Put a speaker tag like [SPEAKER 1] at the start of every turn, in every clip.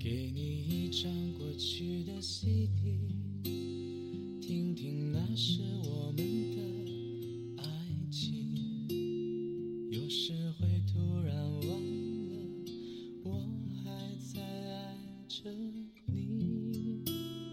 [SPEAKER 1] 给你一张过去的 CD， 听听那是我们的爱情。有时会突然忘了，我还在爱着你。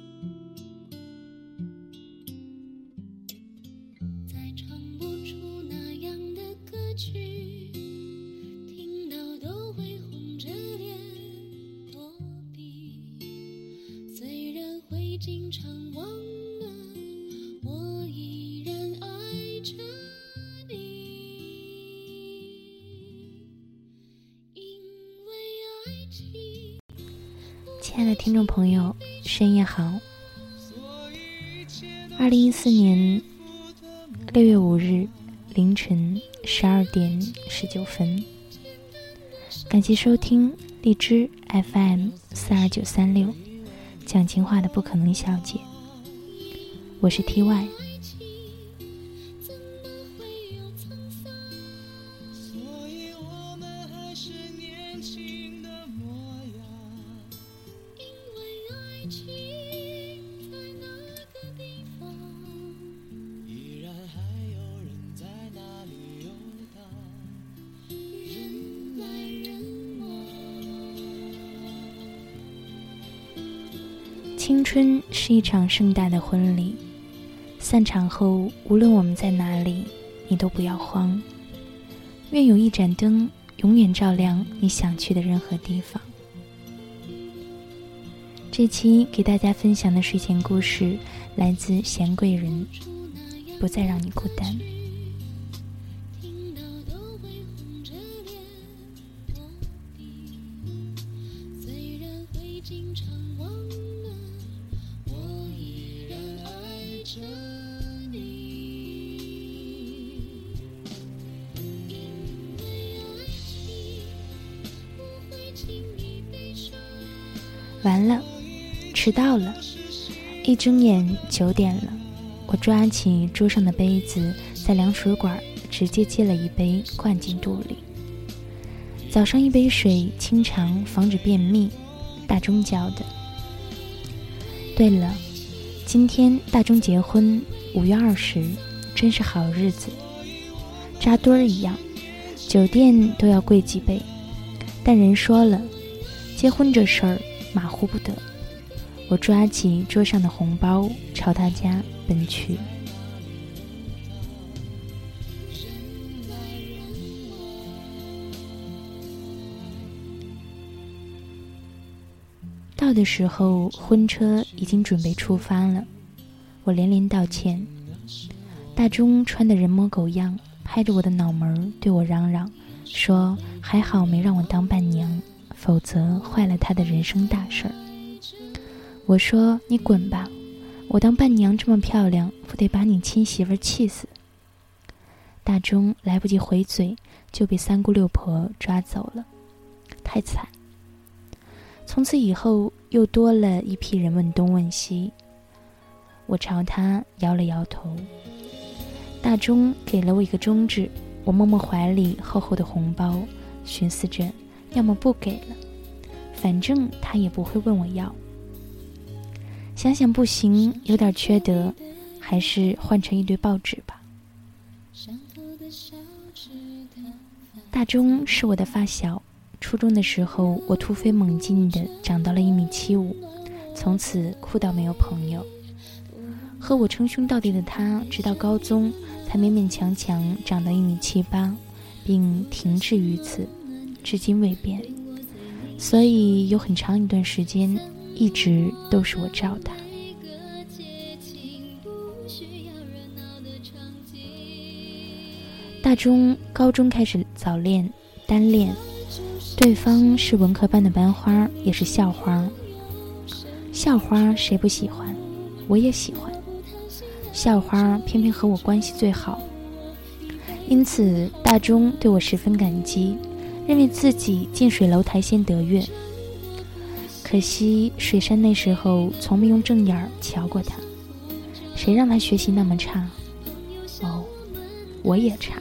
[SPEAKER 2] 再唱不出那样的歌曲，听到都会红着脸躲避。虽然会经常忘了，我依然爱着你。因为爱情。
[SPEAKER 3] 亲爱的听众朋友，深夜好。2014年6月5日凌晨12点19分，感谢收听荔枝 FM 42936讲情话的不可能小姐，我是 TY。青春是一场盛大的婚礼，散场后无论我们在哪里，你都不要慌，愿有一盏灯永远照亮你想去的任何地方。这期给大家分享的睡前故事来自贤贵人，不再让你孤单。完了，迟到了。一睁眼9点了，我抓起桌上的杯子，在凉水管直接接了一杯灌进肚里。早上一杯水清肠，防止便秘，大钟教的。对了，今天大钟结婚，5月20，真是好日子，扎堆儿一样，酒店都要贵几倍。但人说了，结婚这事儿马虎不得。我抓起桌上的红包，朝他家奔去。到的时候，婚车已经准备出发了，我连连道歉。大钟穿得人模狗样，拍着我的脑门对我嚷嚷，说还好没让我当伴娘，否则坏了他的人生大事儿。我说你滚吧，我当伴娘这么漂亮，不得把你亲媳妇气死。大钟来不及回嘴，就被三姑六婆抓走了，太惨。从此以后又多了一批人问东问西，我朝他摇了摇头。大钟给了我一个中指，我摸摸怀里厚厚的红包，寻思着要么不给了，反正他也不会问我要。想想不行，有点缺德，还是换成一堆报纸吧。大钟是我的发小，初中的时候我突飞猛进地长到了1.75米，从此酷到没有朋友。和我称兄道弟的他，直到高中才勉勉强强长到1.78米，并停滞于此，至今未变。所以有很长一段时间一直都是我照他。大钟高中开始早恋单恋，对方是文科班的班花，也是校花。校花谁不喜欢？我也喜欢。校花偏偏和我关系最好，因此大钟对我十分感激，认为自己近水楼台先得月。可惜水山那时候从没用正眼瞧过他，谁让他学习那么差？哦，我也差。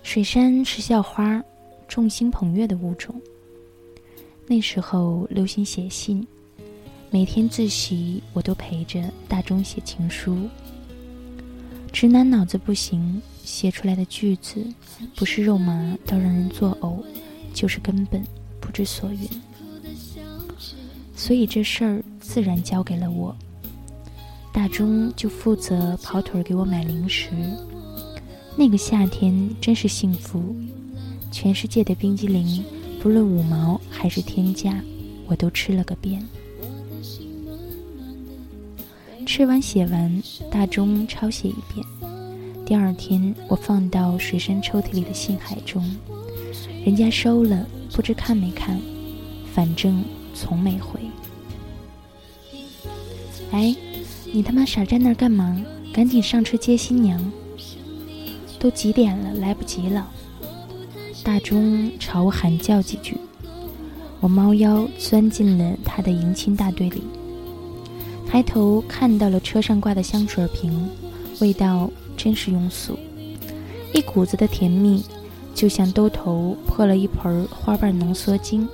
[SPEAKER 3] 水杉是校花，众星捧月的物种。那时候流行写信，每天自习我都陪着大钟写情书。直男脑子不行，写出来的句子不是肉麻到让人作呕，就是根本不知所云。所以这事儿自然交给了我。大钟就负责跑腿给我买零食。那个夏天真是幸福，全世界的冰激凌不论5毛还是天价，我都吃了个遍。吃完写完，大钟抄写一遍。第二天我放到水杉抽屉里的信海中，人家收了，不知看没看，反正从没回。哎，你他妈傻站那儿干嘛？赶紧上车接新娘。都几点了，来不及了。大钟朝我喊叫几句，我猫腰钻进了他的迎亲大队里。抬头看到了车上挂的香水瓶，味道真是庸俗，一股子的甜蜜，就像兜头泼了一盆花瓣浓缩精。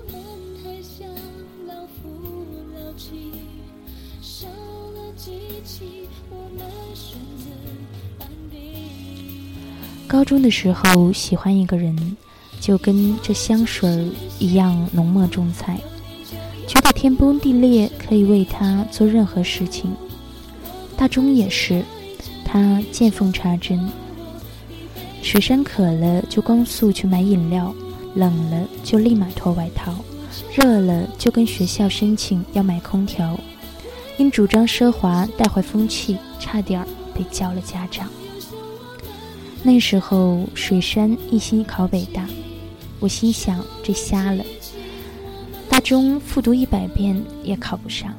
[SPEAKER 3] 高中的时候喜欢一个人，就跟这香水一样浓墨重彩，觉得天崩地裂，可以为他做任何事情。大钟也是，他见缝插针。水杉渴了就光速去买饮料，冷了就立马脱外套，热了就跟学校申请要买空调。因主张奢华带坏风气，差点被叫了家长。那时候水杉一心考北大，我心想这瞎了，大钟复读100遍也考不上。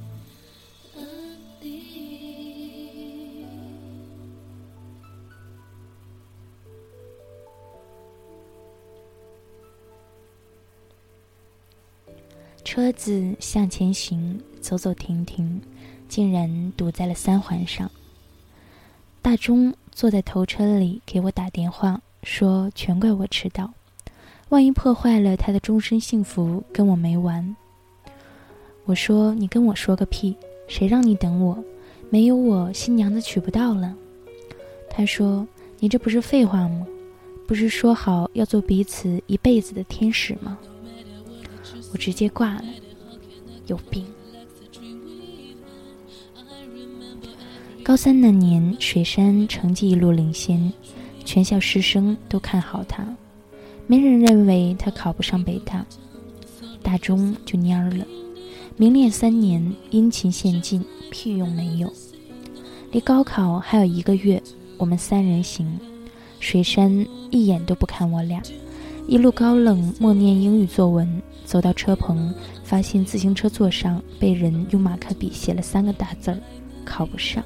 [SPEAKER 3] 车子向前行，走走停停，竟然堵在了3环上。大钟坐在头车里给我打电话，说全怪我迟到，万一破坏了他的终身幸福，跟我没完。我说你跟我说个屁，谁让你等我，没有我新娘子娶不到了。他说你这不是废话吗？不是说好要做彼此一辈子的天使吗？我直接挂了，有病。高3那年，水杉成绩一路领先，全校师生都看好他，没人认为他考不上北大。大钟就蔫儿了，明练3年，殷勤献尽，屁用没有。离高考还有1个月，我们3人行，水杉一眼都不看我俩，一路高冷默念英语作文，走到车棚，发现自行车座上被人用马克笔写了3个大字儿：考不上。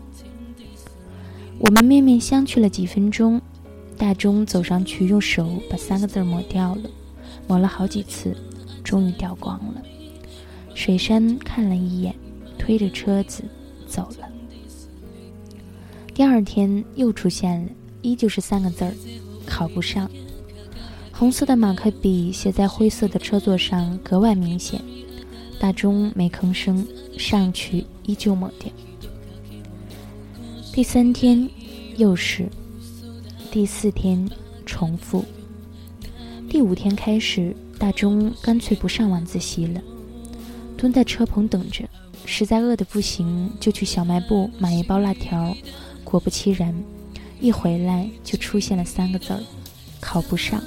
[SPEAKER 3] 我们面面相觑了几分钟，大钟走上去用手把3个字抹掉了，抹了好几次，终于掉光了。水杉看了一眼，推着车子走了。第二天又出现了，依旧是3个字儿：考不上。红色的马克笔写在灰色的车座上格外明显。大钟没吭声，上去依旧抹掉。第3天又是，第4天重复。第5天开始，大钟干脆不上晚自习了，蹲在车棚等着，实在饿得不行，就去小卖部买一包辣条。果不其然，一回来就出现了3个字儿：考不上。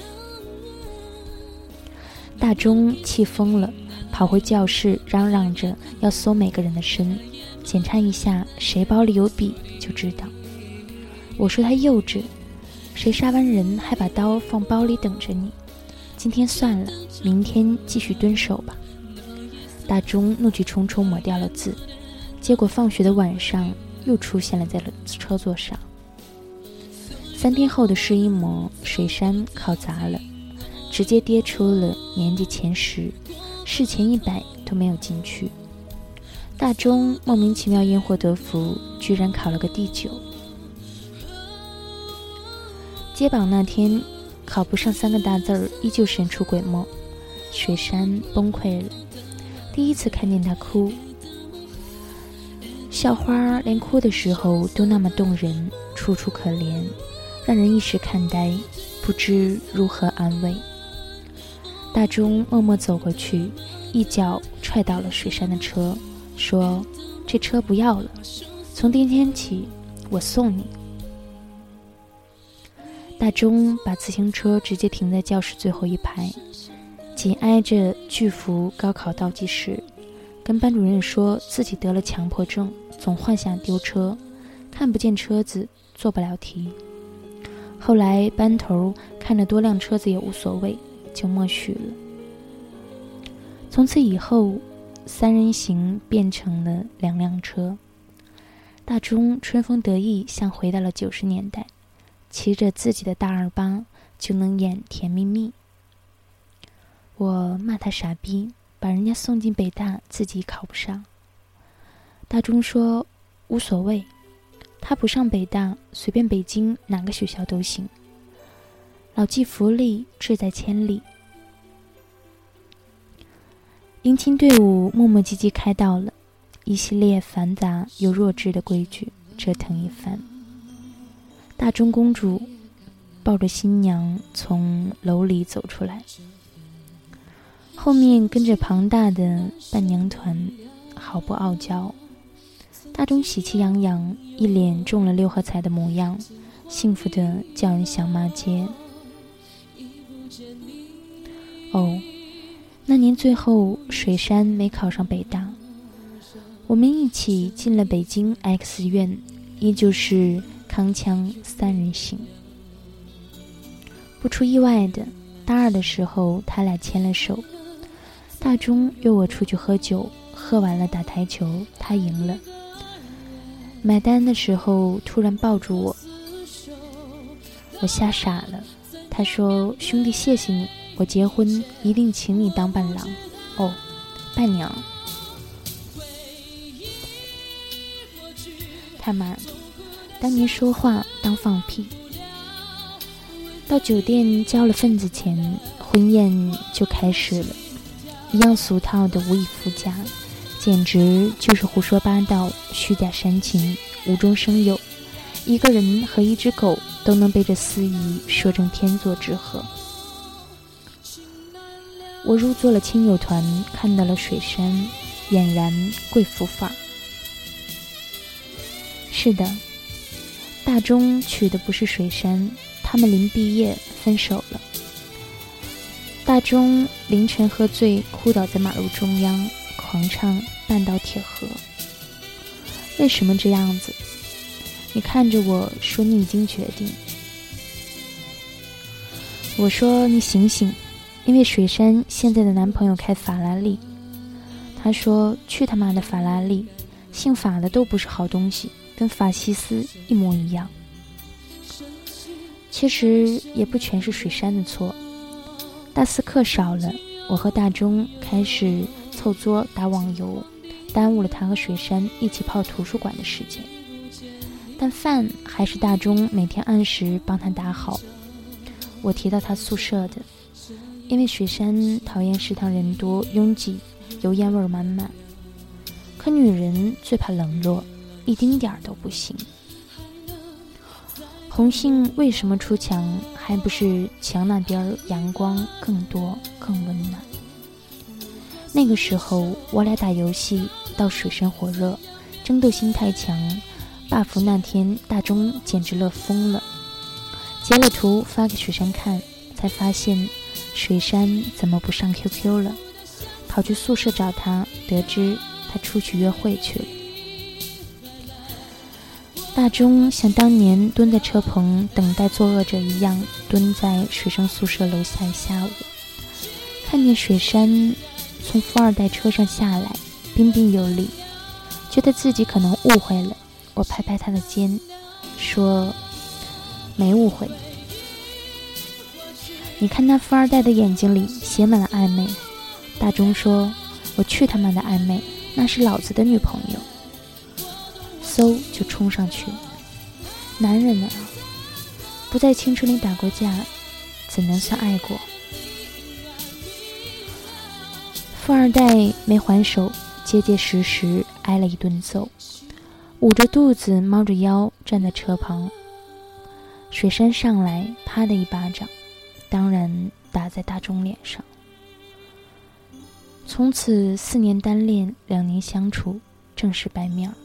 [SPEAKER 3] 大钟气疯了，跑回教室嚷嚷着要搜每个人的身，检查一下谁包里有笔就知道。我说他幼稚，谁杀完人还把刀放包里等着你？今天算了，明天继续蹲守吧。大钟怒气冲冲抹掉了字，结果放学的晚上又出现了在了车座上。3天后的试一模，水杉考砸了，直接跌出了年级前10，试前100都没有进去。大钟莫名其妙因祸得福，居然考了个第9。 接榜那天，考不上3个大字儿，依旧神出鬼没。水山崩溃了，第一次看见他哭。校花连哭的时候都那么动人，楚楚可怜，让人一时看呆，不知如何安慰。大钟默默走过去，一脚踹倒了水山的车，说：“这车不要了，从今天起我送你。”大钟把自行车直接停在教室最后一排，紧挨着巨幅高考倒计时，跟班主任说自己得了强迫症，总幻想丢车，看不见车子做不了题。后来班头看着多辆车子也无所谓，就默许了。从此以后，3人行变成了2辆车。大钟春风得意，像回到了90年代，骑着自己的大28就能演甜蜜蜜。我骂他傻逼，把人家送进北大，自己考不上。大钟说无所谓，他不上北大，随便北京哪个学校都行。老骥伏枥，志在千里。迎亲队伍磨磨唧唧开到了，一系列繁杂又弱智的规矩折腾一番。大钟公主抱着新娘从楼里走出来，后面跟着庞大的伴娘团，毫不傲娇。大钟喜气洋洋，一脸中了6合彩的模样，幸福的叫人想骂街。哦，那年最后水山没考上北大，我们一起进了北京 X 院，依旧是铿锵3人行。不出意外的，大2的时候他俩牵了手。大钟约我出去喝酒，喝完了打台球，他赢了。买单的时候突然抱住我，我吓傻了。他说：“兄弟，谢谢你，我结婚一定请你当伴郎。”哦，伴娘。他妈的，当年说话当放屁。到酒店交了份子钱，婚宴就开始了，一样俗套的无以复加，简直就是胡说八道，虚假煽情，无中生有。一个人和一只狗都能被这司仪说成天作之合。我入座了亲友团，看到了水山，俨然贵妇范儿。是的，大钟娶的不是水山，他们临毕业分手了。大钟凌晨喝醉，哭倒在马路中央，狂唱半岛铁盒。为什么这样子？你看着我说你已经决定。我说你醒醒，因为水山现在的男朋友开法拉利。他说去他妈的法拉利，姓法的都不是好东西，跟法西斯一模一样。其实也不全是水山的错。大4课少了，我和大钟开始凑桌打网游，耽误了他和水山一起泡图书馆的时间。但饭还是大钟每天按时帮他打好。我提到他宿舍的，因为水山讨厌食堂人多拥挤，油烟味满满。可女人最怕冷落，一丁点儿都不行。红杏为什么出墙，还不是墙那边阳光更多更温暖。那个时候我俩打游戏到水深火热，争斗心太强，buff 那天大钟简直乐疯了，截了图发给水山看，才发现水山怎么不上 QQ 了，跑去宿舍找他，得知他出去约会去了。大钟像当年蹲在车棚等待作恶者一样，蹲在水生宿舍楼下一下午，看见水山从富2代车上下来，彬彬有礼，觉得自己可能误会了。我拍拍他的肩，说没误会。你看那富2代的眼睛里写满了暧昧。大钟说，我去他妈的暧昧，那是老子的女朋友。嗖就冲上去。男人啊， 不在青春里打过架，怎能算爱过？富二代没还手，结结实实挨了一顿揍，捂着肚子猫着腰站在车旁。水山上来啪的一巴掌，当然打在大钟脸上。从此4年单恋，2年相处，正式掰面儿。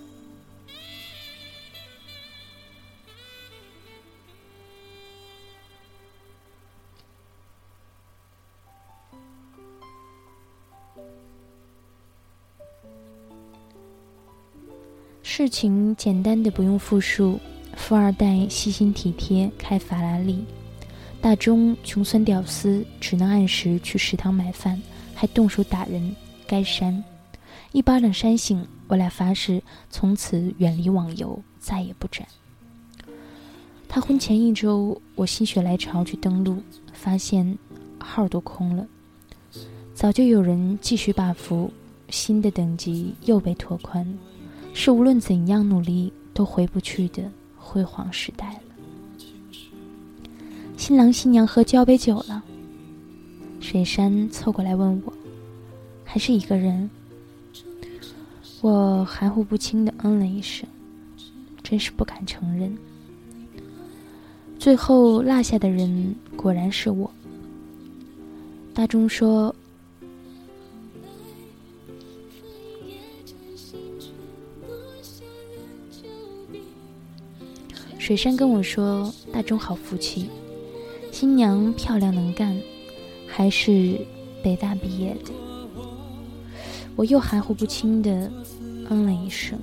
[SPEAKER 3] 事情简单的不用复述，富二代细心体贴，开法拉利；大钟穷酸屌丝，只能按时去食堂买饭，还动手打人，该删。一巴掌扇醒，我俩发誓从此远离网游，再也不沾。他婚前1周，我心血来潮去登录，发现号都空了，早就有人继续buff，新的等级又被拓宽，是无论怎样努力都回不去的辉煌时代了。新郎新娘喝交杯酒了，水山凑过来问我，还是一个人？我含糊不清地嗯了一声，真是不敢承认。最后落下的人果然是我。大钟说，水山跟我说，大钟好福气，新娘漂亮能干，还是北大毕业的。我又含糊不清地嗯了一声。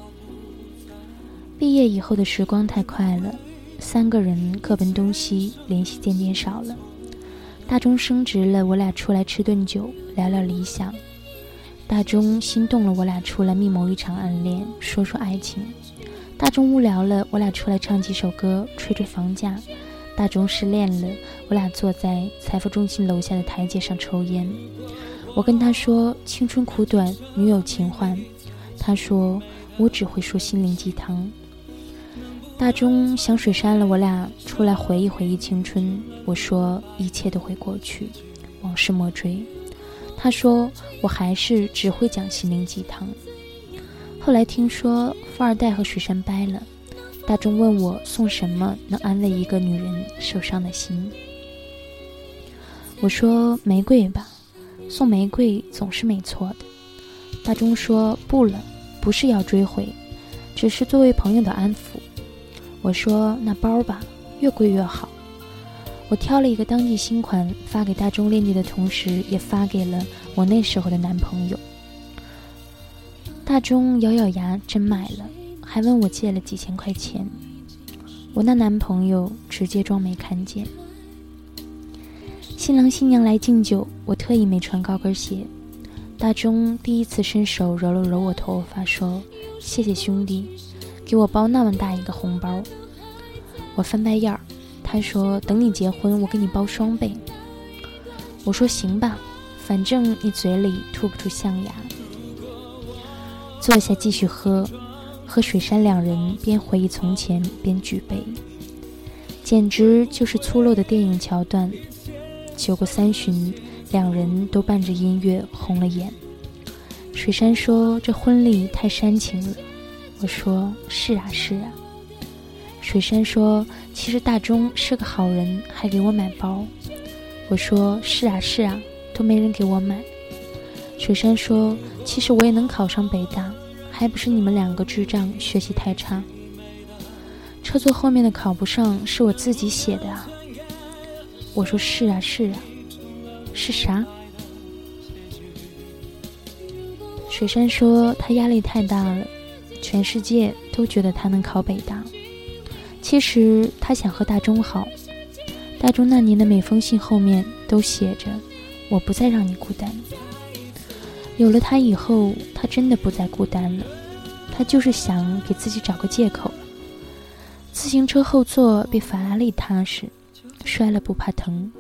[SPEAKER 3] 毕业以后的时光太快了，3个人各奔东西，联系渐渐少了。大钟升职了，我俩出来吃顿酒，聊聊理想。大钟心动了，我俩出来密谋一场暗恋，说说爱情。大钟无聊了，我俩出来唱几首歌，吹吹房价。大钟失恋了，我俩坐在财富中心楼下的台阶上抽烟。我跟他说青春苦短，女友情换。他说我只会说心灵鸡汤。大钟想水山了，我俩出来回忆回忆青春。我说一切都会过去，往事莫追。他说我还是只会讲心灵鸡汤。后来听说富二代和水山掰了，大钟问我送什么能安慰一个女人受伤的心。我说玫瑰吧，送玫瑰总是没错的。大钟说不了，不是要追回，只是作为朋友的安抚。我说那包吧，越贵越好。我挑了一个当季新款，发给大钟链接的同时，也发给了我那时候的男朋友。大钟咬咬牙真买了，还问我借了几千块钱。我那男朋友直接装没看见。新郎新娘来敬酒，我特意没穿高跟鞋。大钟第一次伸手揉了揉我头发，说谢谢兄弟，给我包那么大一个红包。我翻白眼儿，他说等你结婚我给你包双倍。我说行吧，反正你嘴里吐不出象牙。坐下继续喝，和水山2人边回忆从前边举杯，简直就是粗陋的电影桥段。酒过3巡，2人都伴着音乐红了眼。水山说这婚礼太煽情了。我说是啊是啊。水山说其实大钟是个好人，还给我买包。我说是啊是啊，都没人给我买。水山说其实我也能考上北大，还不是你们2个智障学习太差。车座后面的考不上是我自己写的啊。我说是啊是啊。是啥？水山说他压力太大了，全世界都觉得他能考北大。其实他想和大钟好。大钟那年的每封信后面都写着我不再让你孤单。有了他以后，他真的不再孤单了。他就是想给自己找个借口。自行车后座比法拉利踏实，摔了不怕疼。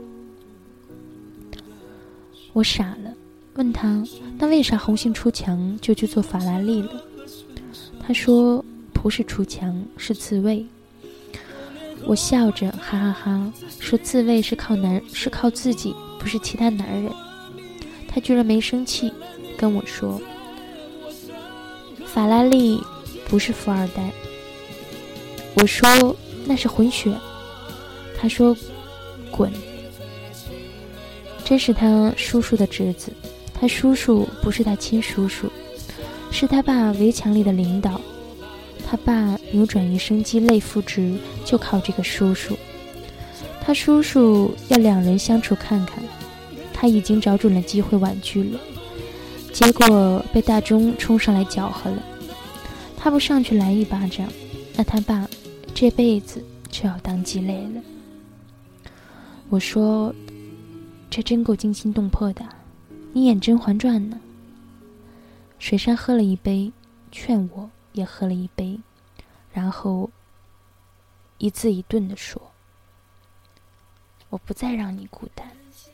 [SPEAKER 3] 我傻了，问他那为啥红杏出墙就去做法拉利了？他说不是出墙，是自卫。 我笑着哈哈哈，说自慰是靠自己，不是其他男人。他居然没生气，跟我说法拉利不是富二代。我说那是混血。他说滚。这是他叔叔的侄子，他叔叔不是他亲叔叔，是他爸围墙里的领导。他爸扭转一生鸡肋复职就靠这个叔叔。他叔叔要两人相处看看，他已经找准了机会婉拒了，结果被大钟冲上来搅和了。他不上去来一巴掌，那他爸这辈子就要当鸡肋了。我说这真够惊心动魄的，你演《甄嬛传》呢。水山喝了一杯，劝我也喝了一杯，然后一字一顿地说，我不再让你孤单。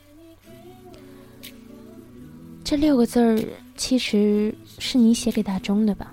[SPEAKER 3] 这6个字儿其实是你写给大钟的吧？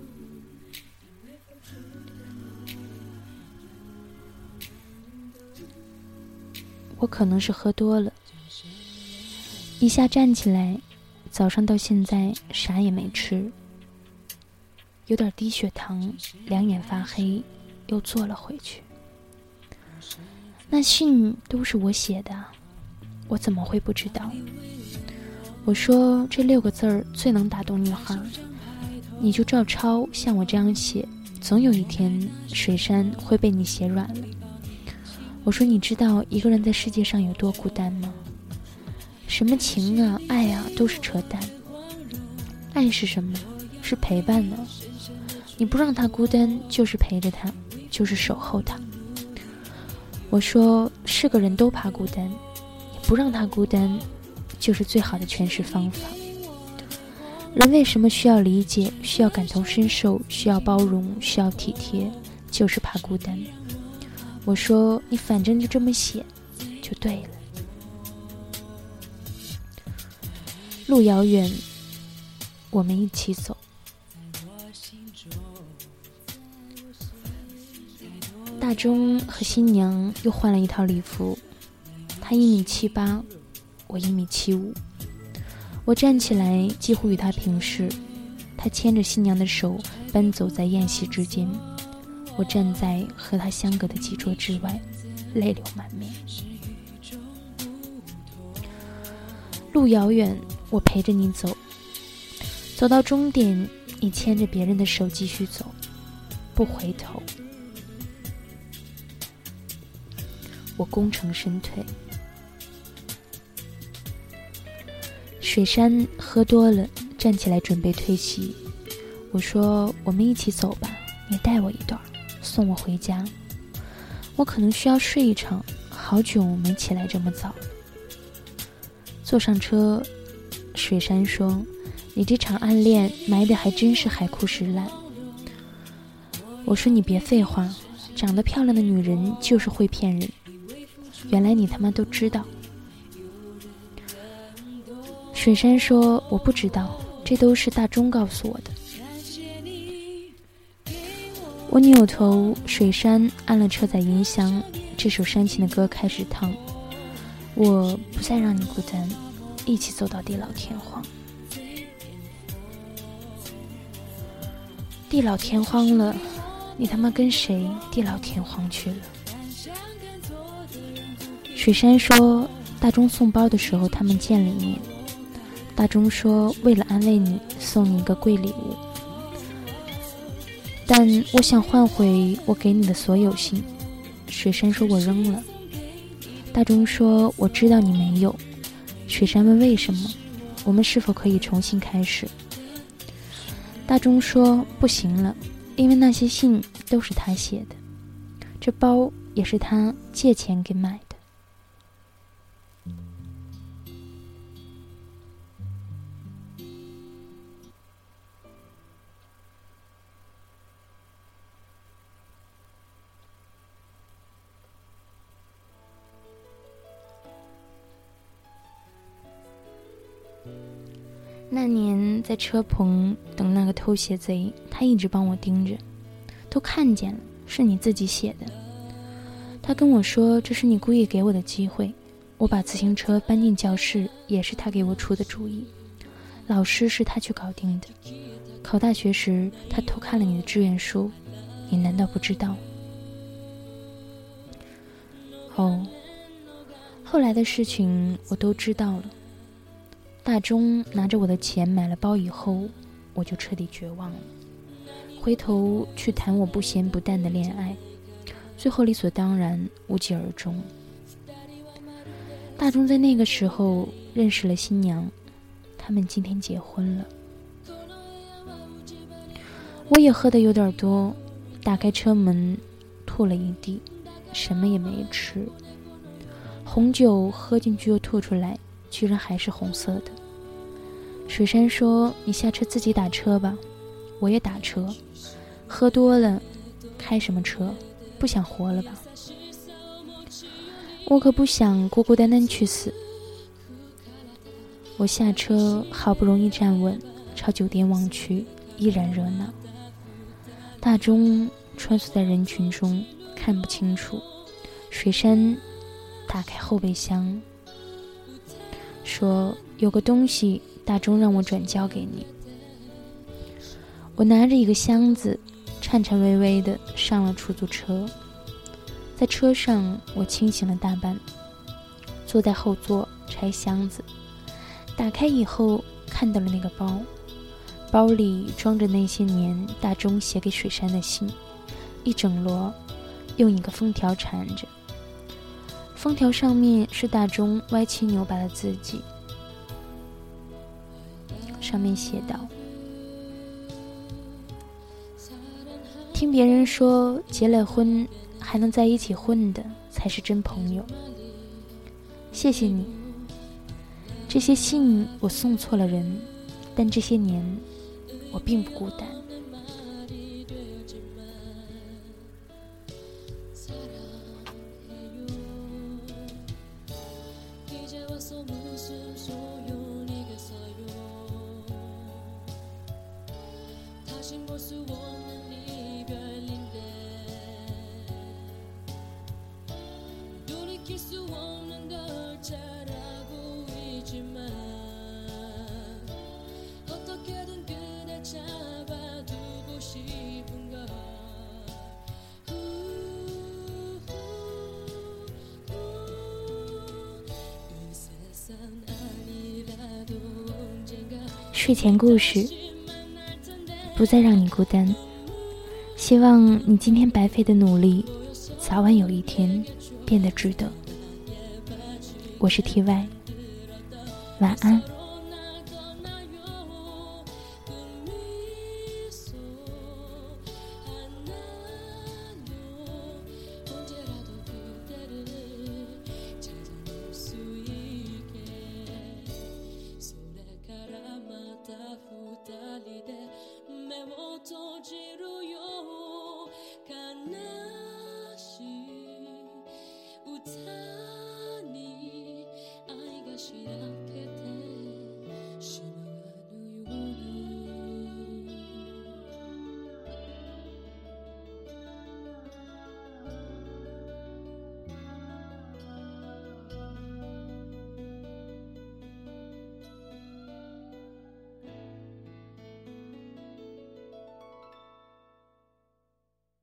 [SPEAKER 3] 我可能是喝多了，一下站起来，早上到现在啥也没吃，有点低血糖，两眼发黑，又坐了回去。那信都是我写的，我怎么会不知道？我说这6个字儿最能打动女孩，你就照抄像我这样写，总有一天水山会被你写软了。我说你知道一个人在世界上有多孤单吗？什么情啊爱啊都是扯淡。爱是什么？是陪伴呢。你不让他孤单，就是陪着他，就是守候他。我说是个人都怕孤单，你不让他孤单，就是最好的诠释方法。人为什么需要理解，需要感同身受，需要包容，需要体贴，就是怕孤单。我说你反正就这么写就对了。路遥远，我们一起走。大钟和新娘又换了一套礼服，他1.78米，我1.75米。我站起来几乎与他平视，他牵着新娘的手奔走在宴席之间，我站在和他相隔的几桌之外，泪流满面。路遥远，我陪着你走，走到终点，你牵着别人的手继续走，不回头。我功成身退。水山喝多了，站起来准备退席。我说我们一起走吧，你带我一段，送我回家。我可能需要睡一场，好久没起来这么早了。坐上车，水山说，你这场暗恋埋的还真是海枯石烂。我说你别废话，长得漂亮的女人就是会骗人，原来你他妈都知道。水山说我不知道，这都是大钟告诉我的。我扭头，水山按了车载音箱，这首煽情的歌开始唱，我不再让你孤单，一起走到地老天荒。地老天荒了，你他妈跟谁地老天荒去了？水山说大钟送包的时候他们见了一面，大钟说为了安慰你，送你一个贵礼物，但我想换回我给你的所有信。水山说我扔了。大钟说我知道你没有。水山问为什么，我们是否可以重新开始？大钟说不行了，因为那些信都是他写的，这包也是他借钱给买的。那年在车棚等那个偷鞋贼，他一直帮我盯着，都看见了，是你自己写的。 他跟我说这是你故意给我的机会，我把自行车搬进教室也是他给我出的主意，老师是他去搞定的，考大学时他偷看了你的志愿书，你难道不知道？后来的事情我都知道了。大钟拿着我的钱买了包以后，我就彻底绝望了，回头去谈我不咸不淡的恋爱，最后理所当然无疾而终。大钟在那个时候认识了新娘，他们今天结婚了。我也喝得有点多，打开车门吐了一地，什么也没吃。红酒喝进去又吐出来，居然还是红色的。水山说，你下车自己打车吧，我也打车，喝多了开什么车，不想活了吧？我可不想孤孤单单去死。我下车好不容易站稳，朝酒店望去，依然热闹。大钟穿梭在人群中看不清楚。水山打开后备箱说，有个东西大钟让我转交给你。我拿着一个箱子颤颤巍巍地上了出租车。在车上我清醒了大半，坐在后座拆箱子，打开以后看到了那个包，包里装着那些年大钟写给水山的信，一整摞，用一个封条缠着，封条上面是大钟歪七扭八的字迹，上面写道：听别人说结了婚还能在一起混的才是真朋友，谢谢你。这些信我送错了人，但这些年我并不孤单。睡前故事，不再让你孤单。希望你今天白费的努力，早晚有一天变得值得。我是 TY， 晚安。